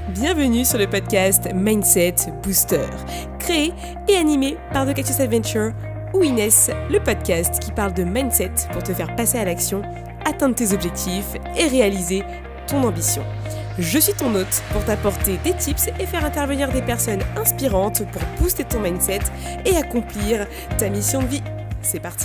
Bienvenue sur le podcast Mindset Booster, créé et animé par The Cactus Adventure ou Inès, le podcast qui parle de mindset pour te faire passer à l'action, atteindre tes objectifs et réaliser ton ambition. Je suis ton hôte pour t'apporter des tips et faire intervenir des personnes inspirantes pour booster ton mindset et accomplir ta mission de vie. C'est parti!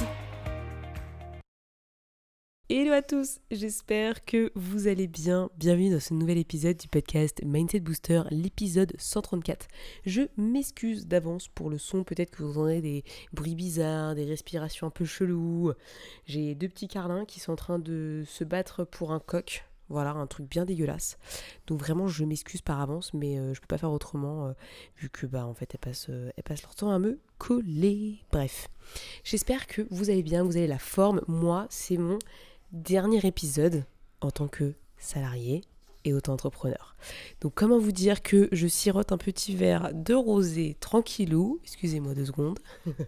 Hello à tous, j'espère que vous allez bien. Bienvenue dans ce nouvel épisode du podcast Mindset Booster, l'épisode 134. Je m'excuse d'avance pour le son, peut-être que vous entendez des bruits bizarres, des respirations un peu cheloues. J'ai deux petits carlins qui sont en train de se battre pour un coq. Voilà, un truc bien dégueulasse. Donc vraiment, je m'excuse par avance, mais je peux pas faire autrement, vu que en fait, elles passent leur temps à me coller. Bref, j'espère que vous allez bien, vous avez la forme. Moi, c'est mon dernier épisode en tant que salarié et auto-entrepreneur. Donc comment vous dire que je sirote un petit verre de rosé tranquillou. Excusez-moi 2 secondes.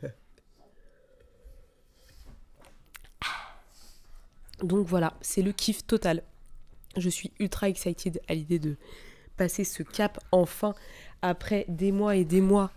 Donc voilà, c'est le kiff total. Je suis ultra excited à l'idée de passer ce cap enfin après des mois et des mois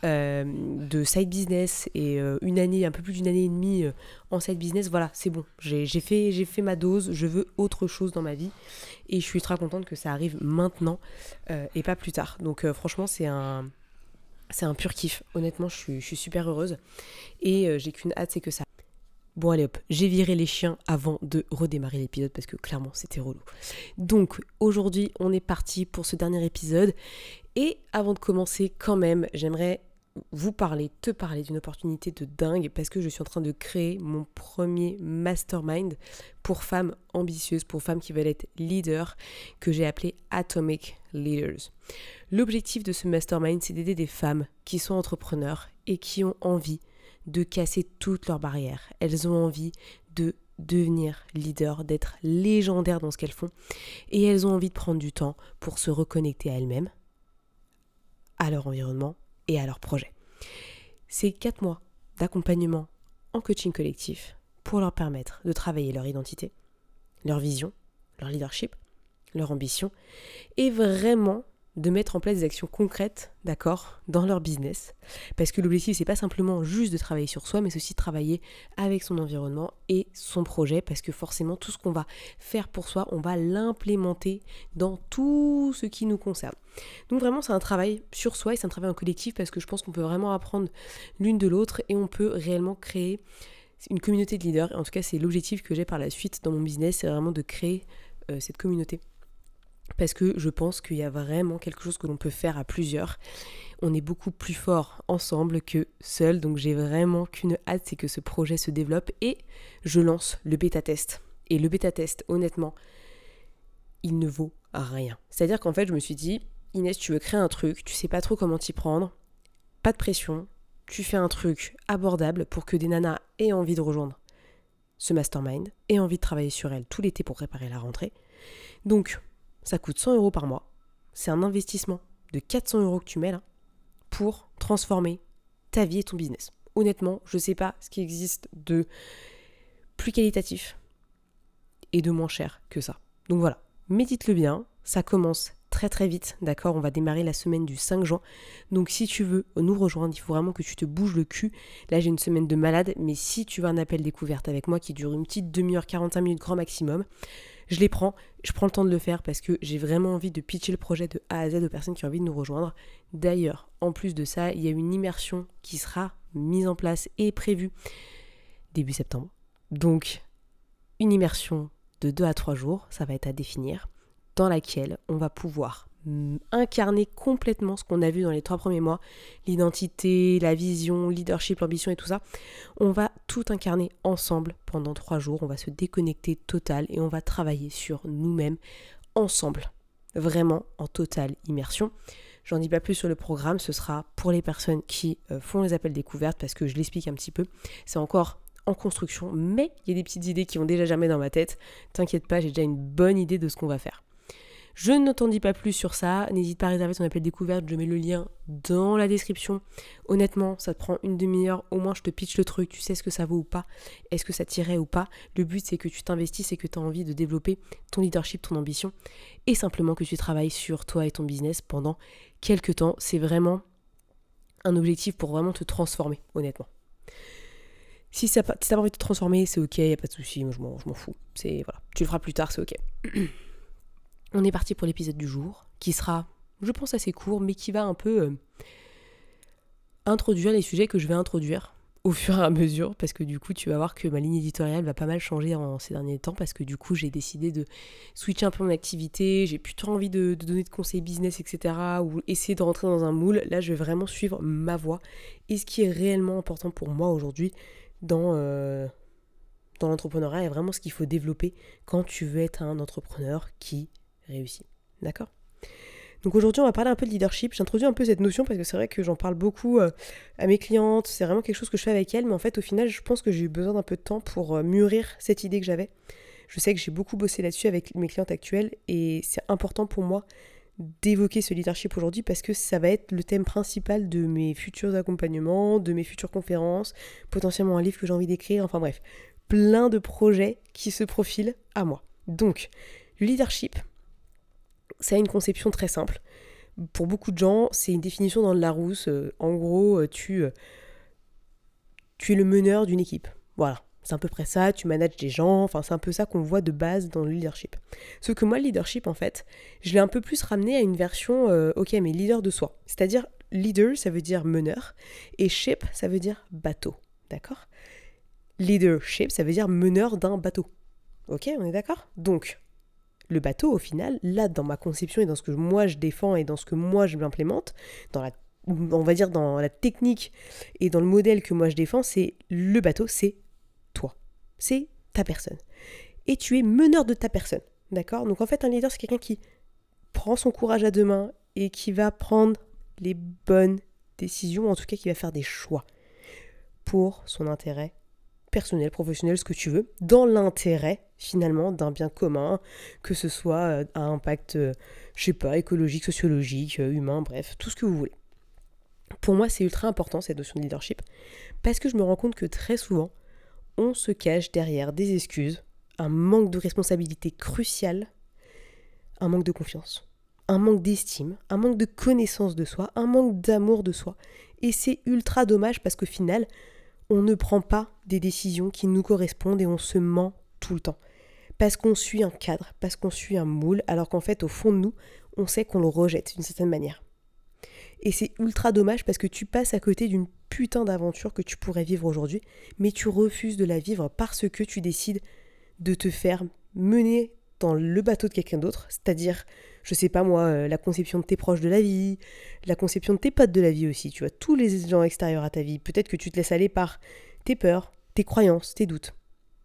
de side business et une année, un peu plus d'une année et demie en side business. Voilà, c'est bon, j'ai fait ma dose, je veux autre chose dans ma vie et je suis ultra contente que ça arrive maintenant et pas plus tard. Donc franchement, c'est un pur kiff. Honnêtement, je suis super heureuse et j'ai qu'une hâte, c'est que ça. Bon allez hop, j'ai viré les chiens avant de redémarrer l'épisode parce que clairement c'était relou. Donc aujourd'hui on est parti pour ce dernier épisode et avant de commencer quand même j'aimerais te parler d'une opportunité de dingue parce que je suis en train de créer mon premier mastermind pour femmes ambitieuses, pour femmes qui veulent être leaders, que j'ai appelé Atomic Leaders. L'objectif de ce mastermind, c'est d'aider des femmes qui sont entrepreneurs et qui ont envie de casser toutes leurs barrières. Elles ont envie de devenir leader, d'être légendaires dans ce qu'elles font et elles ont envie de prendre du temps pour se reconnecter à elles-mêmes, à leur environnement et à leurs projets. C'est 4 mois d'accompagnement en coaching collectif pour leur permettre de travailler leur identité, leur vision, leur leadership, leur ambition et vraiment de mettre en place des actions concrètes, d'accord, dans leur business. Parce que l'objectif, c'est pas simplement juste de travailler sur soi, mais c'est aussi de travailler avec son environnement et son projet, parce que forcément, tout ce qu'on va faire pour soi, on va l'implémenter dans tout ce qui nous concerne. Donc vraiment, c'est un travail sur soi et c'est un travail en collectif, parce que je pense qu'on peut vraiment apprendre l'une de l'autre et on peut réellement créer une communauté de leaders. Et en tout cas, c'est l'objectif que j'ai par la suite dans mon business, c'est vraiment de créer cette communauté. Parce que je pense qu'il y a vraiment quelque chose que l'on peut faire à plusieurs. On est beaucoup plus fort ensemble que seul. Donc j'ai vraiment qu'une hâte, c'est que ce projet se développe. Et je lance le bêta-test. Et le bêta-test, honnêtement, il ne vaut rien. C'est-à-dire qu'en fait, je me suis dit, Inès, tu veux créer un truc, tu sais pas trop comment t'y prendre, pas de pression, tu fais un truc abordable pour que des nanas aient envie de rejoindre ce mastermind, aient envie de travailler sur elles tout l'été pour préparer la rentrée. Donc, ça coûte 100 € par mois. C'est un investissement de 400 € que tu mets là pour transformer ta vie et ton business. Honnêtement, je ne sais pas ce qui existe de plus qualitatif et de moins cher que ça. Donc voilà, médite-le bien, ça commence très très vite, d'accord ? On va démarrer la semaine du 5 juin. Donc si tu veux nous rejoindre, il faut vraiment que tu te bouges le cul. Là, j'ai une semaine de malade, mais si tu veux un appel découverte avec moi qui dure une petite demi-heure, 45 minutes grand maximum, je prends le temps de le faire parce que j'ai vraiment envie de pitcher le projet de A à Z aux personnes qui ont envie de nous rejoindre. D'ailleurs, en plus de ça, il y a une immersion qui sera mise en place et prévue début septembre. Donc, une immersion de 2 à 3 jours, ça va être à définir, dans laquelle on va pouvoir incarner complètement ce qu'on a vu dans les 3 premiers mois, l'identité, la vision, le leadership, l'ambition et tout ça. On va tout incarner ensemble pendant 3 jours, on va se déconnecter total et on va travailler sur nous-mêmes ensemble, vraiment en totale immersion. J'en dis pas plus sur le programme, ce sera pour les personnes qui font les appels découvertes parce que je l'explique un petit peu, c'est encore en construction, mais il y a des petites idées qui vont déjà germer dans ma tête. T'inquiète pas, j'ai déjà une bonne idée de ce qu'on va faire. Je ne t'en dis pas plus sur ça, n'hésite pas à réserver ton appel découverte, je mets le lien dans la description. Honnêtement, ça te prend une demi-heure, au moins je te pitch le truc, tu sais ce que ça vaut ou pas, est-ce que ça t'irait ou pas. Le but c'est que tu t'investisses et que tu as envie de développer ton leadership, ton ambition, et simplement que tu travailles sur toi et ton business pendant quelques temps. C'est vraiment un objectif pour vraiment te transformer, honnêtement. Si t'as pas envie de te transformer, c'est ok, y a pas de souci, moi je m'en fous. Voilà, tu le feras plus tard, c'est ok. On est parti pour l'épisode du jour, qui sera, je pense, assez court, mais qui va un peu introduire les sujets que je vais introduire au fur et à mesure, parce que du coup, tu vas voir que ma ligne éditoriale va pas mal changer en ces derniers temps, parce que du coup, j'ai décidé de switcher un peu mon activité, j'ai plus trop envie de donner de conseils business, etc., ou essayer de rentrer dans un moule. Là, je vais vraiment suivre ma voie, et ce qui est réellement important pour moi aujourd'hui dans l'entrepreneuriat, est vraiment ce qu'il faut développer quand tu veux être un entrepreneur qui réussi. D'accord ? Donc aujourd'hui, on va parler un peu de leadership. J'introduis un peu cette notion parce que c'est vrai que j'en parle beaucoup à mes clientes. C'est vraiment quelque chose que je fais avec elles. Mais en fait, au final, je pense que j'ai eu besoin d'un peu de temps pour mûrir cette idée que j'avais. Je sais que j'ai beaucoup bossé là-dessus avec mes clientes actuelles. Et c'est important pour moi d'évoquer ce leadership aujourd'hui parce que ça va être le thème principal de mes futurs accompagnements, de mes futures conférences, potentiellement un livre que j'ai envie d'écrire. Enfin bref, plein de projets qui se profilent à moi. Donc, le leadership, ça a une conception très simple. Pour beaucoup de gens, c'est une définition dans le Larousse. En gros, tu es le meneur d'une équipe. Voilà, c'est à peu près ça. Tu manages des gens. Enfin, c'est un peu ça qu'on voit de base dans le leadership. Sauf que moi, le leadership, en fait, je l'ai un peu plus ramené à une version, mais leader de soi. C'est-à-dire, leader, ça veut dire meneur. Et ship, ça veut dire bateau. D'accord ? Leadership, ça veut dire meneur d'un bateau. Ok, on est d'accord ? Donc, le bateau, au final, là, dans ma conception et dans ce que moi je défends et dans ce que moi je m'implémente, on va dire dans la technique et dans le modèle que moi je défends, c'est le bateau, c'est toi. C'est ta personne. Et tu es meneur de ta personne. D'accord ? Donc en fait, un leader, c'est quelqu'un qui prend son courage à deux mains et qui va prendre les bonnes décisions, en tout cas qui va faire des choix pour son intérêt personnel, professionnel, ce que tu veux, dans l'intérêt finalement d'un bien commun, que ce soit à impact, écologique, sociologique, humain, bref, tout ce que vous voulez. Pour moi, c'est ultra important cette notion de leadership, parce que je me rends compte que très souvent, on se cache derrière des excuses, un manque de responsabilité crucial, un manque de confiance, un manque d'estime, un manque de connaissance de soi, un manque d'amour de soi. Et c'est ultra dommage parce qu'au final, on ne prend pas des décisions qui nous correspondent et on se ment tout le temps. Parce qu'on suit un cadre, parce qu'on suit un moule, alors qu'en fait, au fond de nous, on sait qu'on le rejette d'une certaine manière. Et c'est ultra dommage parce que tu passes à côté d'une putain d'aventure que tu pourrais vivre aujourd'hui, mais tu refuses de la vivre parce que tu décides de te faire mener dans le bateau de quelqu'un d'autre, c'est-à-dire, je sais pas moi, la conception de tes proches de la vie, la conception de tes potes de la vie aussi, tu vois, tous les gens extérieurs à ta vie, peut-être que tu te laisses aller par tes peurs, tes croyances, tes doutes.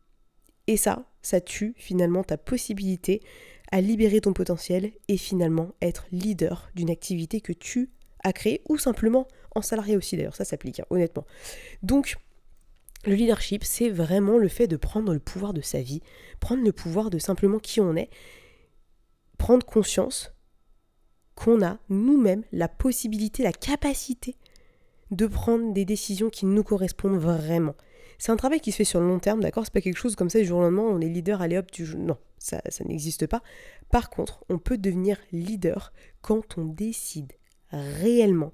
Et ça tue finalement ta possibilité à libérer ton potentiel et finalement être leader d'une activité que tu as créée ou simplement en salarié aussi d'ailleurs, ça s'applique, honnêtement. Donc, le leadership, c'est vraiment le fait de prendre le pouvoir de sa vie, prendre le pouvoir de simplement qui on est, prendre conscience qu'on a nous-mêmes la possibilité, la capacité de prendre des décisions qui nous correspondent vraiment. C'est un travail qui se fait sur le long terme, d'accord ? C'est pas quelque chose comme ça du jour au lendemain, on est leader, allez hop, non, ça n'existe pas. Par contre, on peut devenir leader quand on décide réellement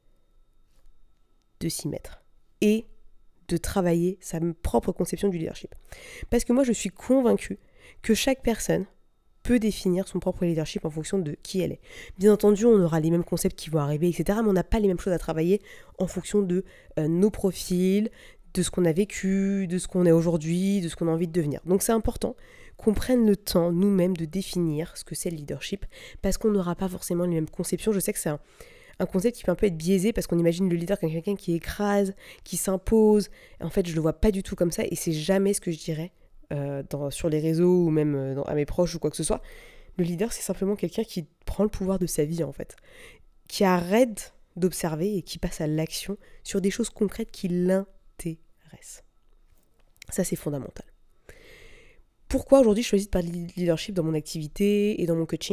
de s'y mettre et de travailler sa propre conception du leadership. Parce que moi, je suis convaincue que chaque personne peut définir son propre leadership en fonction de qui elle est. Bien entendu, on aura les mêmes concepts qui vont arriver, etc., mais on n'a pas les mêmes choses à travailler en fonction de nos profils, de ce qu'on a vécu, de ce qu'on est aujourd'hui, de ce qu'on a envie de devenir. Donc c'est important qu'on prenne le temps nous-mêmes de définir ce que c'est le leadership, parce qu'on n'aura pas forcément les mêmes conceptions. Je sais que c'est un concept qui peut un peu être biaisé parce qu'on imagine le leader comme quelqu'un qui écrase, qui s'impose. En fait, je le vois pas du tout comme ça et c'est jamais ce que je dirais sur les réseaux ou même à mes proches ou quoi que ce soit. Le leader, c'est simplement quelqu'un qui prend le pouvoir de sa vie en fait, qui arrête d'observer et qui passe à l'action sur des choses concrètes qui l'intéressent. Ça, c'est fondamental. Pourquoi aujourd'hui je choisis de parler de leadership dans mon activité et dans mon coaching ?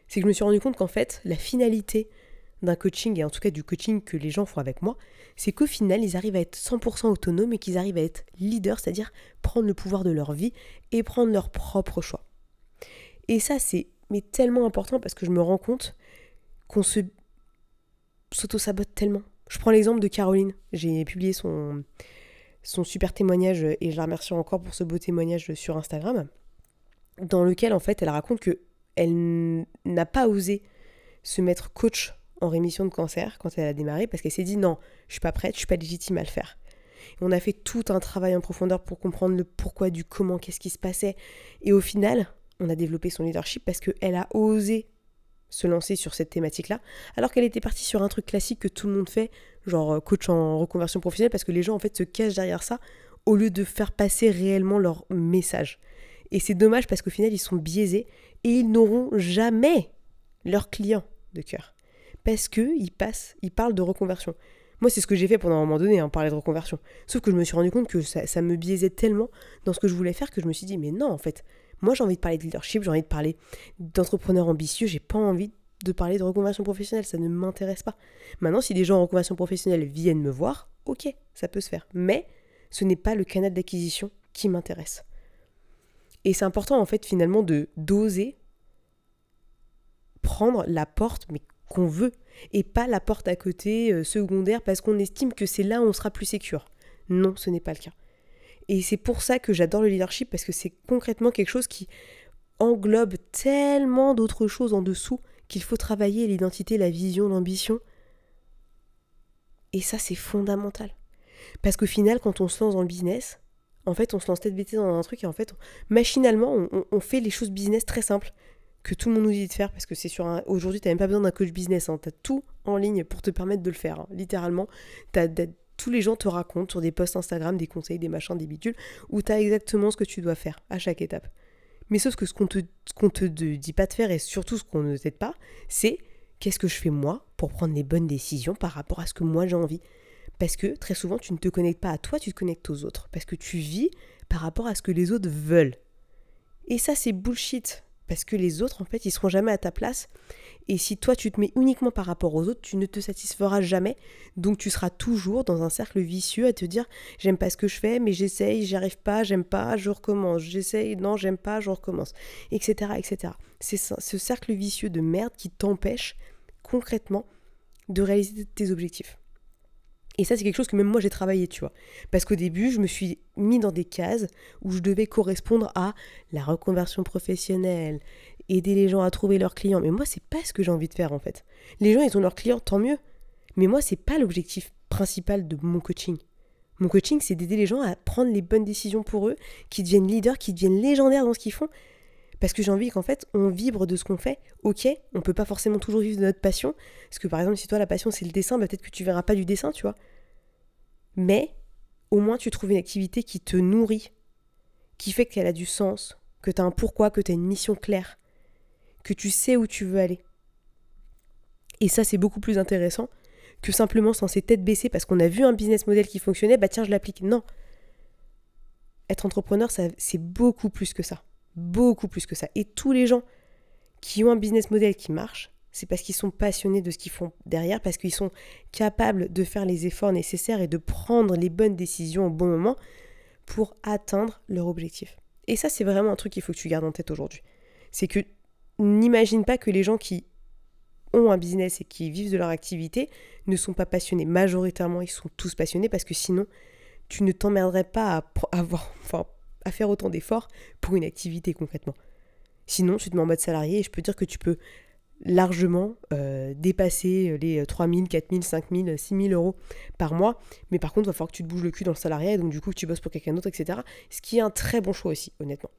C'est que je me suis rendu compte qu'en fait, la finalité d'un coaching, et en tout cas du coaching que les gens font avec moi, c'est qu'au final, ils arrivent à être 100% autonomes et qu'ils arrivent à être leaders, c'est-à-dire prendre le pouvoir de leur vie et prendre leurs propres choix. Et ça, c'est tellement important parce que je me rends compte qu'on s'auto-sabote tellement. Je prends l'exemple de Caroline. J'ai publié son super témoignage et je la remercie encore pour ce beau témoignage sur Instagram, dans lequel en fait elle raconte qu'elle n'a pas osé se mettre coach en rémission de cancer quand elle a démarré parce qu'elle s'est dit non, je suis pas prête, je suis pas légitime à le faire. Et on a fait tout un travail en profondeur pour comprendre le pourquoi du comment, qu'est-ce qui se passait. Et au final, on a développé son leadership parce qu'elle a osé se lancer sur cette thématique-là, alors qu'elle était partie sur un truc classique que tout le monde fait, genre coach en reconversion professionnelle, parce que les gens en fait se cachent derrière ça au lieu de faire passer réellement leur message. Et c'est dommage parce qu'au final ils sont biaisés et ils n'auront jamais leurs clients de cœur. Parce qu'ils parlent de reconversion. Moi c'est ce que j'ai fait pendant un moment donné, parler de reconversion. Sauf que je me suis rendu compte que ça me biaisait tellement dans ce que je voulais faire que je me suis dit mais non en fait, moi j'ai envie de parler de leadership, j'ai envie de parler d'entrepreneurs ambitieux, j'ai pas envie de parler de reconversion professionnelle, ça ne m'intéresse pas. Maintenant si des gens en reconversion professionnelle viennent me voir, ok, ça peut se faire. Mais ce n'est pas le canal d'acquisition qui m'intéresse. Et c'est important en fait finalement d'oser prendre la porte mais qu'on veut et pas la porte à côté secondaire parce qu'on estime que c'est là où on sera plus sécure. Non, ce n'est pas le cas. Et c'est pour ça que j'adore le leadership parce que c'est concrètement quelque chose qui englobe tellement d'autres choses en dessous qu'il faut travailler l'identité, la vision, l'ambition. Et ça, c'est fondamental. Parce qu'au final, quand on se lance dans le business, en fait, on se lance tête bêtée dans un truc et en fait, machinalement, on fait les choses business très simples que tout le monde nous dit de faire parce que c'est aujourd'hui, tu n'as même pas besoin d'un coach business. Tu as tout en ligne pour te permettre de le faire. Littéralement, tous les gens te racontent sur des posts Instagram, des conseils, des machins, des bidules, où tu as exactement ce que tu dois faire à chaque étape. Mais sauf que ce qu'on te dit pas de faire et surtout ce qu'on ne t'aide pas, c'est qu'est-ce que je fais moi pour prendre les bonnes décisions par rapport à ce que moi j'ai envie. Parce que très souvent, tu ne te connectes pas à toi, tu te connectes aux autres. Parce que tu vis par rapport à ce que les autres veulent. Et ça, c'est bullshit. Parce que les autres, en fait, ils seront jamais à ta place. Et si toi, tu te mets uniquement par rapport aux autres, tu ne te satisferas jamais. Donc, tu seras toujours dans un cercle vicieux à te dire « J'aime pas ce que je fais, mais j'essaye, j'y arrive pas, j'aime pas, je recommence. J'essaye, non, j'aime pas, je recommence. » Etc., etc. C'est ce cercle vicieux de merde qui t'empêche concrètement de réaliser tes objectifs. Et ça, c'est quelque chose que même moi, j'ai travaillé, tu vois. Parce qu'au début, je me suis mis dans des cases où je devais correspondre à la reconversion professionnelle, aider les gens à trouver leurs clients. Mais moi, c'est pas ce que j'ai envie de faire, en fait. Les gens, ils ont leurs clients, tant mieux. Mais moi, c'est pas l'objectif principal de mon coaching. Mon coaching, c'est d'aider les gens à prendre les bonnes décisions pour eux, qui deviennent leaders, qui deviennent légendaires dans ce qu'ils font. Parce que j'ai envie qu'en fait, on vibre de ce qu'on fait. Ok, on peut pas forcément toujours vivre de notre passion. Parce que par exemple, si toi, la passion, c'est le dessin, peut-être que tu verras pas du dessin, tu vois. Mais au moins, tu trouves une activité qui te nourrit, qui fait qu'elle a du sens, que tu as un pourquoi, que tu as une mission claire, que tu sais où tu veux aller. Et ça, c'est beaucoup plus intéressant que simplement se lancer tête baissée parce qu'on a vu un business model qui fonctionnait, bah tiens, je l'applique. Non. Être entrepreneur, c'est beaucoup plus que ça. Beaucoup plus que ça. Et tous les gens qui ont un business model qui marche, c'est parce qu'ils sont passionnés de ce qu'ils font derrière, parce qu'ils sont capables de faire les efforts nécessaires et de prendre les bonnes décisions au bon moment pour atteindre leur objectif. Et ça, c'est vraiment un truc qu'il faut que tu gardes en tête aujourd'hui. C'est que n'imagine pas que les gens qui ont un business et qui vivent de leur activité ne sont pas passionnés. Majoritairement, ils sont tous passionnés parce que sinon, tu ne t'emmerderais pas à faire autant d'efforts pour une activité concrètement. Sinon, tu te mets en mode salarié et je peux dire que tu peux largement dépasser les 3 000, 4 000, 5 000, 6 000 euros par mois. Mais par contre, il va falloir que tu te bouges le cul dans le salariat et donc du coup, que tu bosses pour quelqu'un d'autre, etc. Ce qui est un très bon choix aussi, honnêtement.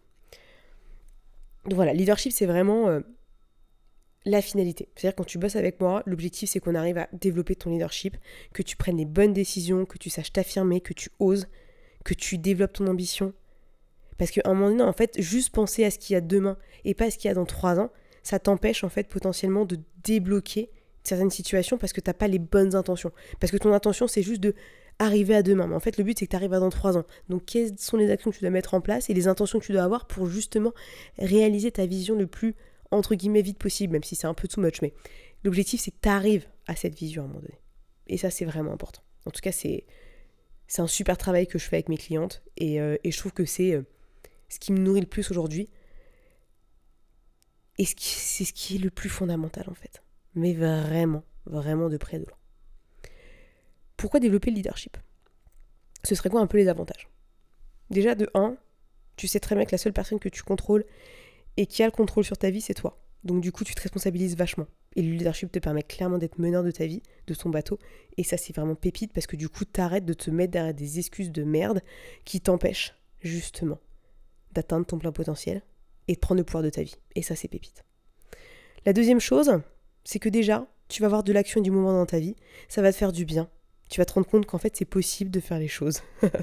Donc voilà, leadership, c'est vraiment la finalité. C'est-à-dire quand tu bosses avec moi, l'objectif, c'est qu'on arrive à développer ton leadership, que tu prennes les bonnes décisions, que tu saches t'affirmer, que tu oses, que tu développes ton ambition. Parce qu'à un moment donné, en fait, juste penser à ce qu'il y a demain et pas à ce qu'il y a dans 3 ans, ça t'empêche en fait potentiellement de débloquer certaines situations parce que t'as pas les bonnes intentions. Parce que ton intention, c'est juste de arriver à demain. Mais en fait, le but, c'est que tu arrives à dans 3 ans. Donc, quelles sont les actions que tu dois mettre en place et les intentions que tu dois avoir pour justement réaliser ta vision le plus entre guillemets vite possible, même si c'est un peu too much, mais l'objectif c'est que tu arrives à cette vision à un moment donné. Et ça c'est vraiment important. En tout cas c'est un super travail que je fais avec mes clientes et je trouve que c'est ce qui me nourrit le plus aujourd'hui et c'est ce qui est le plus fondamental en fait. Mais vraiment, vraiment de près et de loin. Pourquoi développer le leadership ? Ce serait quoi un peu les avantages ? Déjà de 1, tu sais très bien que la seule personne que tu contrôles et qui a le contrôle sur ta vie, c'est toi. Donc du coup, tu te responsabilises vachement. Et le leadership te permet clairement d'être meneur de ta vie, de ton bateau. Et ça, c'est vraiment pépite parce que du coup, t'arrêtes de te mettre derrière des excuses de merde qui t'empêchent justement d'atteindre ton plein potentiel et de prendre le pouvoir de ta vie. Et ça, c'est pépite. La deuxième chose, c'est que déjà, tu vas avoir de l'action et du mouvement dans ta vie. Ça va te faire du bien. Tu vas te rendre compte qu'en fait, c'est possible de faire les choses.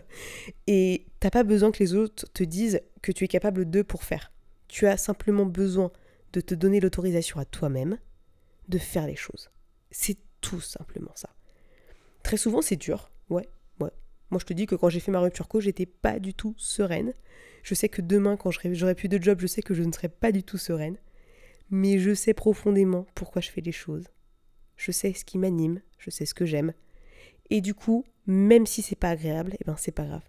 Et t'as pas besoin que les autres te disent que tu es capable de pour faire. Tu as simplement besoin de te donner l'autorisation à toi-même de faire les choses. C'est tout simplement ça. Très souvent, c'est dur. Ouais. Moi, je te dis que quand j'ai fait ma rupture co, j'étais pas du tout sereine. Je sais que demain, quand j'aurai plus de job, je sais que je ne serai pas du tout sereine. Mais je sais profondément pourquoi je fais les choses. Je sais ce qui m'anime, je sais ce que j'aime. Et du coup, même si c'est pas agréable, c'est pas grave.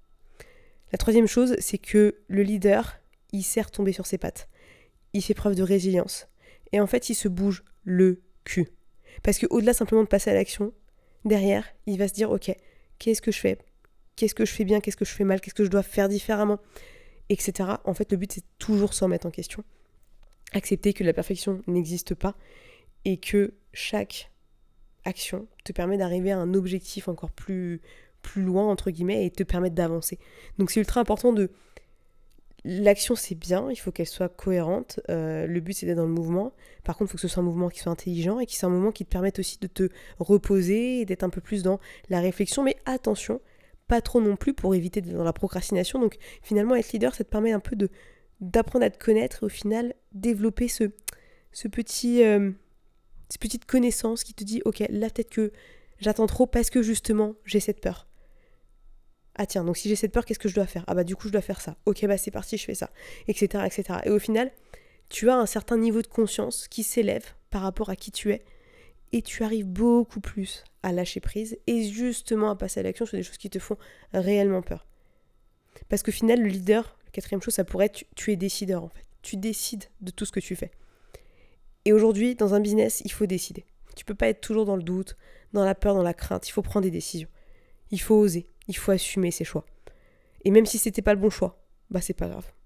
La troisième chose, c'est que le leader, il sait retomber sur ses pattes. Il fait preuve de résilience. Et en fait, il se bouge le cul. Parce qu'au-delà simplement de passer à l'action, derrière, il va se dire, ok, qu'est-ce que je fais ? Qu'est-ce que je fais bien ? Qu'est-ce que je fais mal ? Qu'est-ce que je dois faire différemment ? Etc. En fait, le but, c'est toujours s'en mettre en question. Accepter que la perfection n'existe pas et que chaque action te permet d'arriver à un objectif encore plus loin, entre guillemets, et te permettre d'avancer. Donc c'est ultra important de... L'action, c'est bien, il faut qu'elle soit cohérente. Le but, c'est d'être dans le mouvement. Par contre, il faut que ce soit un mouvement qui soit intelligent et qui soit un mouvement qui te permette aussi de te reposer et d'être un peu plus dans la réflexion. Mais attention, pas trop non plus pour éviter d'être dans la procrastination. Donc finalement, être leader, ça te permet un peu d'apprendre à te connaître et au final, développer ce petit... cette petite connaissance qui te dit, ok, là peut-être que j'attends trop parce que justement, j'ai cette peur. Ah tiens, donc si j'ai cette peur, qu'est-ce que je dois faire ? Ah bah du coup, je dois faire ça. Ok, bah c'est parti, je fais ça, etc., etc. Et au final, tu as un certain niveau de conscience qui s'élève par rapport à qui tu es et tu arrives beaucoup plus à lâcher prise et justement à passer à l'action sur des choses qui te font réellement peur. Parce qu'au final, le leader, la quatrième chose, ça pourrait être, tu es décideur en fait. Tu décides de tout ce que tu fais. Et aujourd'hui, dans un business, il faut décider. Tu peux pas être toujours dans le doute, dans la peur, dans la crainte. Il faut prendre des décisions. Il faut oser. Il faut assumer ses choix. Et même si c'était pas le bon choix, bah c'est pas grave.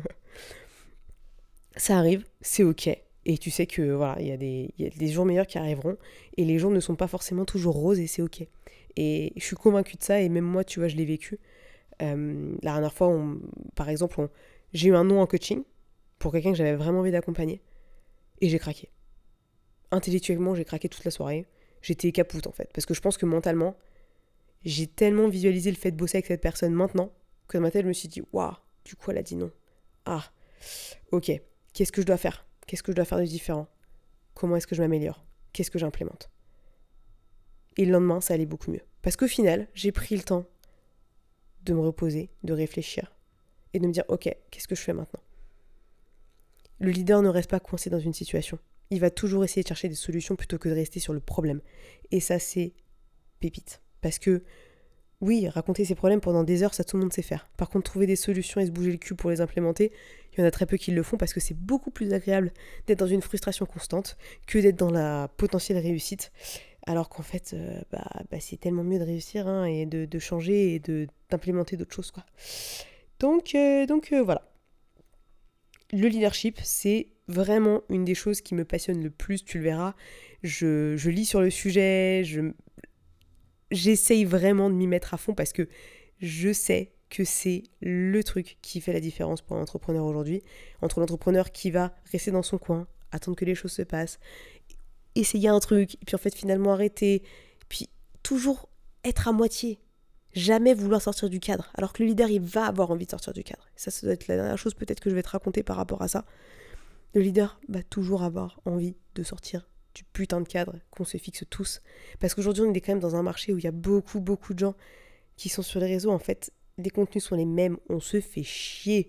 Ça arrive, c'est ok. Et tu sais que voilà, il y a des jours meilleurs qui arriveront. Et les jours ne sont pas forcément toujours roses et c'est ok. Et je suis convaincue de ça et même moi, tu vois, je l'ai vécu. La dernière fois, par exemple, j'ai eu un non en coaching pour quelqu'un que j'avais vraiment envie d'accompagner. Et j'ai craqué. Intellectuellement, j'ai craqué toute la soirée. J'étais capoute en fait. Parce que je pense que mentalement, j'ai tellement visualisé le fait de bosser avec cette personne maintenant que dans ma tête, je me suis dit, waouh, du coup, elle a dit non. Ah, ok. Qu'est-ce que je dois faire ? Qu'est-ce que je dois faire de différent ? Comment est-ce que je m'améliore ? Qu'est-ce que j'implémente ? Et le lendemain, ça allait beaucoup mieux. Parce qu'au final, j'ai pris le temps de me reposer, de réfléchir et de me dire, ok, qu'est-ce que je fais maintenant ? Le leader ne reste pas coincé dans une situation. Il va toujours essayer de chercher des solutions plutôt que de rester sur le problème. Et ça, c'est pépite. Parce que, oui, raconter ses problèmes pendant des heures, ça tout le monde sait faire. Par contre, trouver des solutions et se bouger le cul pour les implémenter, il y en a très peu qui le font parce que c'est beaucoup plus agréable d'être dans une frustration constante que d'être dans la potentielle réussite. Alors qu'en fait, c'est tellement mieux de réussir et de changer et d'implémenter d'autres choses, quoi. Donc voilà. Le leadership, c'est vraiment une des choses qui me passionne le plus, tu le verras. Je lis sur le sujet, j'essaye vraiment de m'y mettre à fond parce que je sais que c'est le truc qui fait la différence pour un entrepreneur aujourd'hui. Entre l'entrepreneur qui va rester dans son coin, attendre que les choses se passent, essayer un truc, et puis en fait finalement arrêter, puis toujours être à moitié. Jamais vouloir sortir du cadre. Alors que le leader, il va avoir envie de sortir du cadre. Ça doit être la dernière chose peut-être que je vais te raconter par rapport à ça. Le leader va toujours avoir envie de sortir du putain de cadre qu'on se fixe tous. Parce qu'aujourd'hui, on est quand même dans un marché où il y a beaucoup de gens qui sont sur les réseaux. En fait, les contenus sont les mêmes. On se fait chier.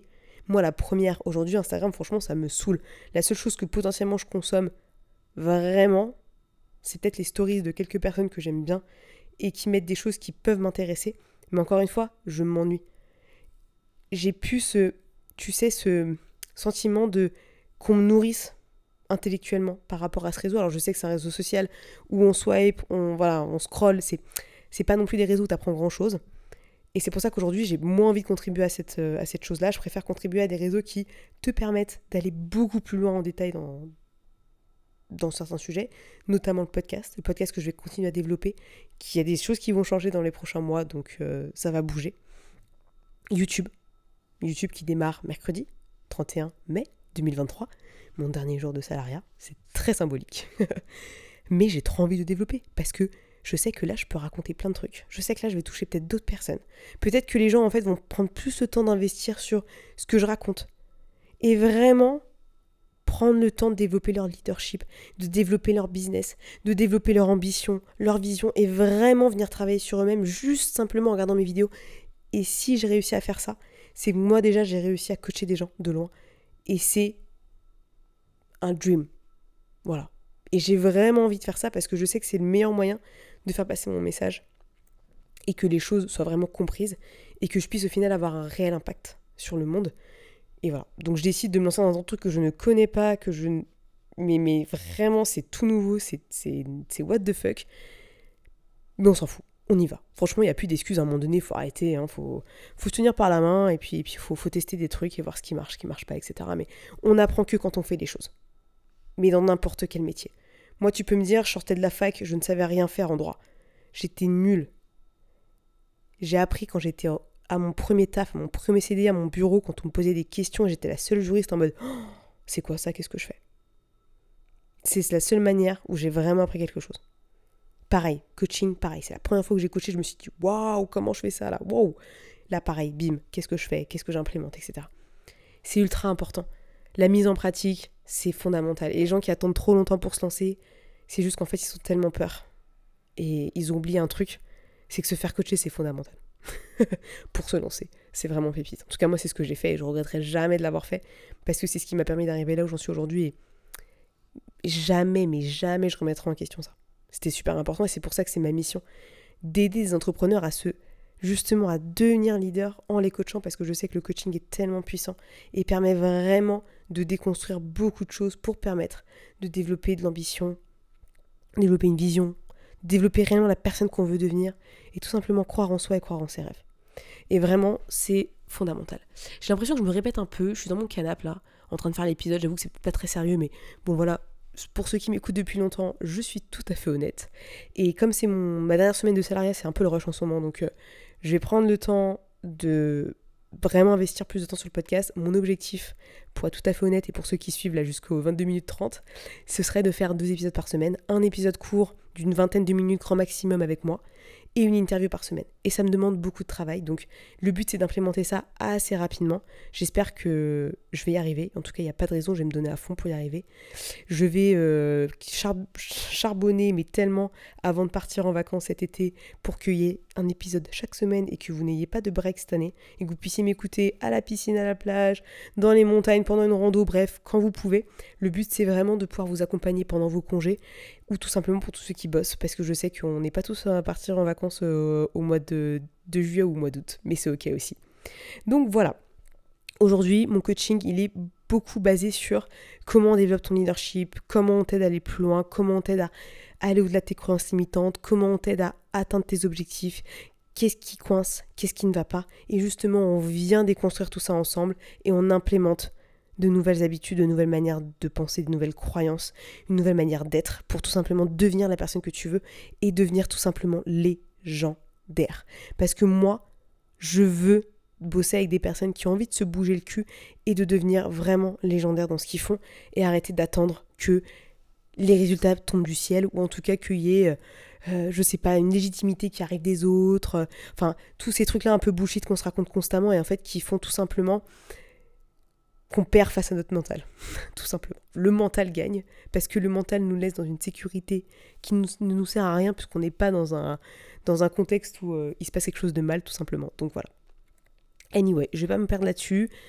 Moi, la première, aujourd'hui, Instagram, franchement, ça me saoule. La seule chose que potentiellement je consomme vraiment, c'est peut-être les stories de quelques personnes que j'aime bien et qui mettent des choses qui peuvent m'intéresser. Mais encore une fois, je m'ennuie. J'ai plus ce sentiment de qu'on me nourrisse intellectuellement par rapport à ce réseau. Alors je sais que c'est un réseau social où on swipe, on scroll, c'est pas non plus des réseaux où t'apprends grand chose. Et c'est pour ça qu'aujourd'hui j'ai moins envie de contribuer à cette chose-là. Je préfère contribuer à des réseaux qui te permettent d'aller beaucoup plus loin en détail dans certains sujets, notamment le podcast que je vais continuer à développer, qu'il y a des choses qui vont changer dans les prochains mois, donc ça va bouger. YouTube qui démarre mercredi 31 mai 2023, mon dernier jour de salariat, c'est très symbolique. Mais j'ai trop envie de développer, parce que je sais que là, je peux raconter plein de trucs. Je sais que là, je vais toucher peut-être d'autres personnes. Peut-être que les gens, en fait, vont prendre plus le temps d'investir sur ce que je raconte. Et vraiment prendre le temps de développer leur leadership, de développer leur business, de développer leur ambition, leur vision, et vraiment venir travailler sur eux-mêmes, juste simplement en regardant mes vidéos. Et si j'ai réussi à faire ça, c'est que moi déjà j'ai réussi à coacher des gens de loin. Et c'est un dream. Voilà. Et j'ai vraiment envie de faire ça parce que je sais que c'est le meilleur moyen de faire passer mon message et que les choses soient vraiment comprises et que je puisse au final avoir un réel impact sur le monde. Et voilà. Donc je décide de me lancer dans un truc que je ne connais pas, mais vraiment c'est tout nouveau, c'est what the fuck. Mais on s'en fout. On y va. Franchement, il n'y a plus d'excuses à un moment donné, il faut arrêter, faut se tenir par la main, et puis faut tester des trucs et voir ce qui marche pas, etc. Mais on n'apprend que quand on fait des choses. Mais dans n'importe quel métier. Moi, tu peux me dire, je sortais de la fac, je ne savais rien faire en droit. J'étais nulle. J'ai appris quand j'étais à mon premier taf, à mon premier CDI, à mon bureau, quand on me posait des questions, et j'étais la seule juriste en mode oh, « c'est quoi ça, qu'est-ce que je fais ?» C'est la seule manière où j'ai vraiment appris quelque chose. Pareil, coaching, pareil. C'est la première fois que j'ai coaché, je me suis dit « Waouh, comment je fais ça là ? Waouh !» Là, pareil, bim, qu'est-ce que je fais ? Qu'est-ce que j'implémente, etc. C'est ultra important. La mise en pratique, c'est fondamental. Et les gens qui attendent trop longtemps pour se lancer, c'est juste qu'en fait, ils ont tellement peur. Et ils ont oublié un truc, c'est que se faire coacher, c'est fondamental. Pour se lancer. C'est vraiment pépite. En tout cas, moi, c'est ce que j'ai fait et je regretterai jamais de l'avoir fait parce que c'est ce qui m'a permis d'arriver là où j'en suis aujourd'hui et jamais, mais jamais je remettrai en question ça. C'était super important et c'est pour ça que c'est ma mission d'aider les entrepreneurs à justement à devenir leader en les coachant parce que je sais que le coaching est tellement puissant et permet vraiment de déconstruire beaucoup de choses pour permettre de développer de l'ambition, développer une vision, développer réellement la personne qu'on veut devenir et tout simplement croire en soi et croire en ses rêves. Et vraiment, c'est fondamental. J'ai l'impression que je me répète un peu, je suis dans mon canapé là, en train de faire l'épisode, j'avoue que c'est pas très sérieux, mais bon voilà, pour ceux qui m'écoutent depuis longtemps, je suis tout à fait honnête. Et comme c'est ma dernière semaine de salariat, c'est un peu le rush en ce moment, donc je vais prendre le temps de vraiment investir plus de temps sur le podcast. Mon objectif, pour être tout à fait honnête, et pour ceux qui suivent là jusqu'aux 22 minutes 30, ce serait de faire 2 épisodes par semaine, un épisode court d'une vingtaine de minutes grand maximum avec moi, et une interview par semaine. Et ça me demande beaucoup de travail, donc le but c'est d'implémenter ça assez rapidement. J'espère que je vais y arriver, en tout cas il n'y a pas de raison, je vais me donner à fond pour y arriver. Je vais charbonner, mais tellement avant de partir en vacances cet été, pour qu'il y ait un épisode chaque semaine et que vous n'ayez pas de break cette année, et que vous puissiez m'écouter à la piscine, à la plage, dans les montagnes, pendant une rando, bref, quand vous pouvez. Le but c'est vraiment de pouvoir vous accompagner pendant vos congés, ou tout simplement pour tous ceux qui bossent, parce que je sais qu'on n'est pas tous à partir en vacances au mois de juillet ou au mois d'août, mais c'est ok aussi. Donc voilà, aujourd'hui mon coaching il est beaucoup basé sur comment on développe ton leadership, comment on t'aide à aller plus loin, comment on t'aide à aller au-delà de tes croyances limitantes, comment on t'aide à atteindre tes objectifs, qu'est-ce qui coince, qu'est-ce qui ne va pas, et justement on vient déconstruire tout ça ensemble et on implémente de nouvelles habitudes, de nouvelles manières de penser, de nouvelles croyances, une nouvelle manière d'être pour tout simplement devenir la personne que tu veux et devenir tout simplement légendaire. Parce que moi, je veux bosser avec des personnes qui ont envie de se bouger le cul et de devenir vraiment légendaires dans ce qu'ils font et arrêter d'attendre que les résultats tombent du ciel ou en tout cas qu'il y ait, je sais pas, une légitimité qui arrive des autres, enfin tous ces trucs-là un peu bullshit qu'on se raconte constamment et en fait qui font tout simplement qu'on perd face à notre mental, tout simplement. Le mental gagne, parce que le mental nous laisse dans une sécurité qui ne nous sert à rien, puisqu'on n'est pas dans un contexte où il se passe quelque chose de mal, tout simplement. Donc voilà. Anyway, je vais pas me perdre là-dessus.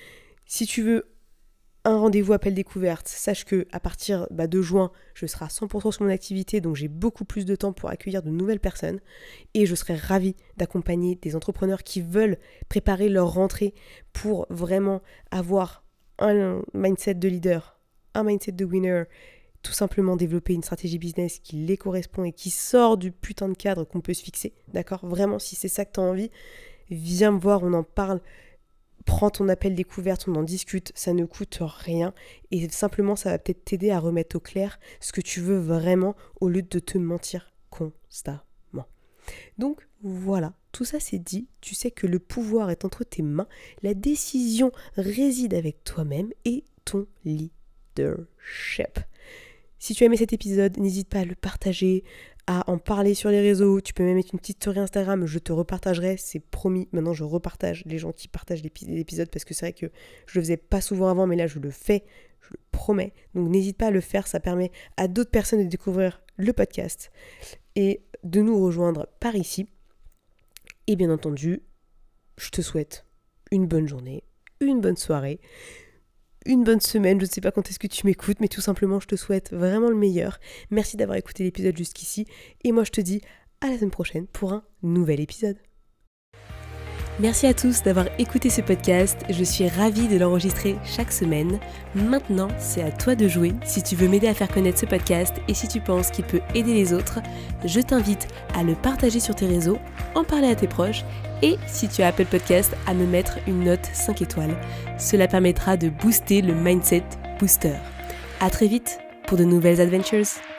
Si tu veux un rendez-vous appel découverte, sache que à partir de juin, je serai à 100% sur mon activité, donc j'ai beaucoup plus de temps pour accueillir de nouvelles personnes et je serai ravie d'accompagner des entrepreneurs qui veulent préparer leur rentrée pour vraiment avoir un mindset de leader, un mindset de winner, tout simplement développer une stratégie business qui les correspond et qui sort du putain de cadre qu'on peut se fixer, d'accord ? Vraiment, si c'est ça que tu as envie, viens me voir, on en parle. Prends ton appel découverte, on en discute, ça ne coûte rien et simplement ça va peut-être t'aider à remettre au clair ce que tu veux vraiment au lieu de te mentir constamment. Donc voilà, tout ça c'est dit, tu sais que le pouvoir est entre tes mains, la décision réside avec toi-même et ton leadership. Si tu as aimé cet épisode, n'hésite pas à le partager, à en parler sur les réseaux. Tu peux même mettre une petite story Instagram, je te repartagerai, c'est promis. Maintenant, je repartage les gens qui partagent l'épisode parce que c'est vrai que je le faisais pas souvent avant, mais là, je le fais, je le promets. Donc, n'hésite pas à le faire, ça permet à d'autres personnes de découvrir le podcast et de nous rejoindre par ici. Et bien entendu, je te souhaite une bonne journée, une bonne soirée, une bonne semaine, je ne sais pas quand est-ce que tu m'écoutes, mais tout simplement je te souhaite vraiment le meilleur. Merci d'avoir écouté l'épisode jusqu'ici et moi je te dis à la semaine prochaine pour un nouvel épisode. Merci à tous d'avoir écouté ce podcast, je suis ravie de l'enregistrer chaque semaine. Maintenant, c'est à toi de jouer. Si tu veux m'aider à faire connaître ce podcast et si tu penses qu'il peut aider les autres, je t'invite à le partager sur tes réseaux, en parler à tes proches et si tu as Apple Podcast, à me mettre une note 5 étoiles. Cela permettra de booster le Mindset Booster. À très vite pour de nouvelles adventures.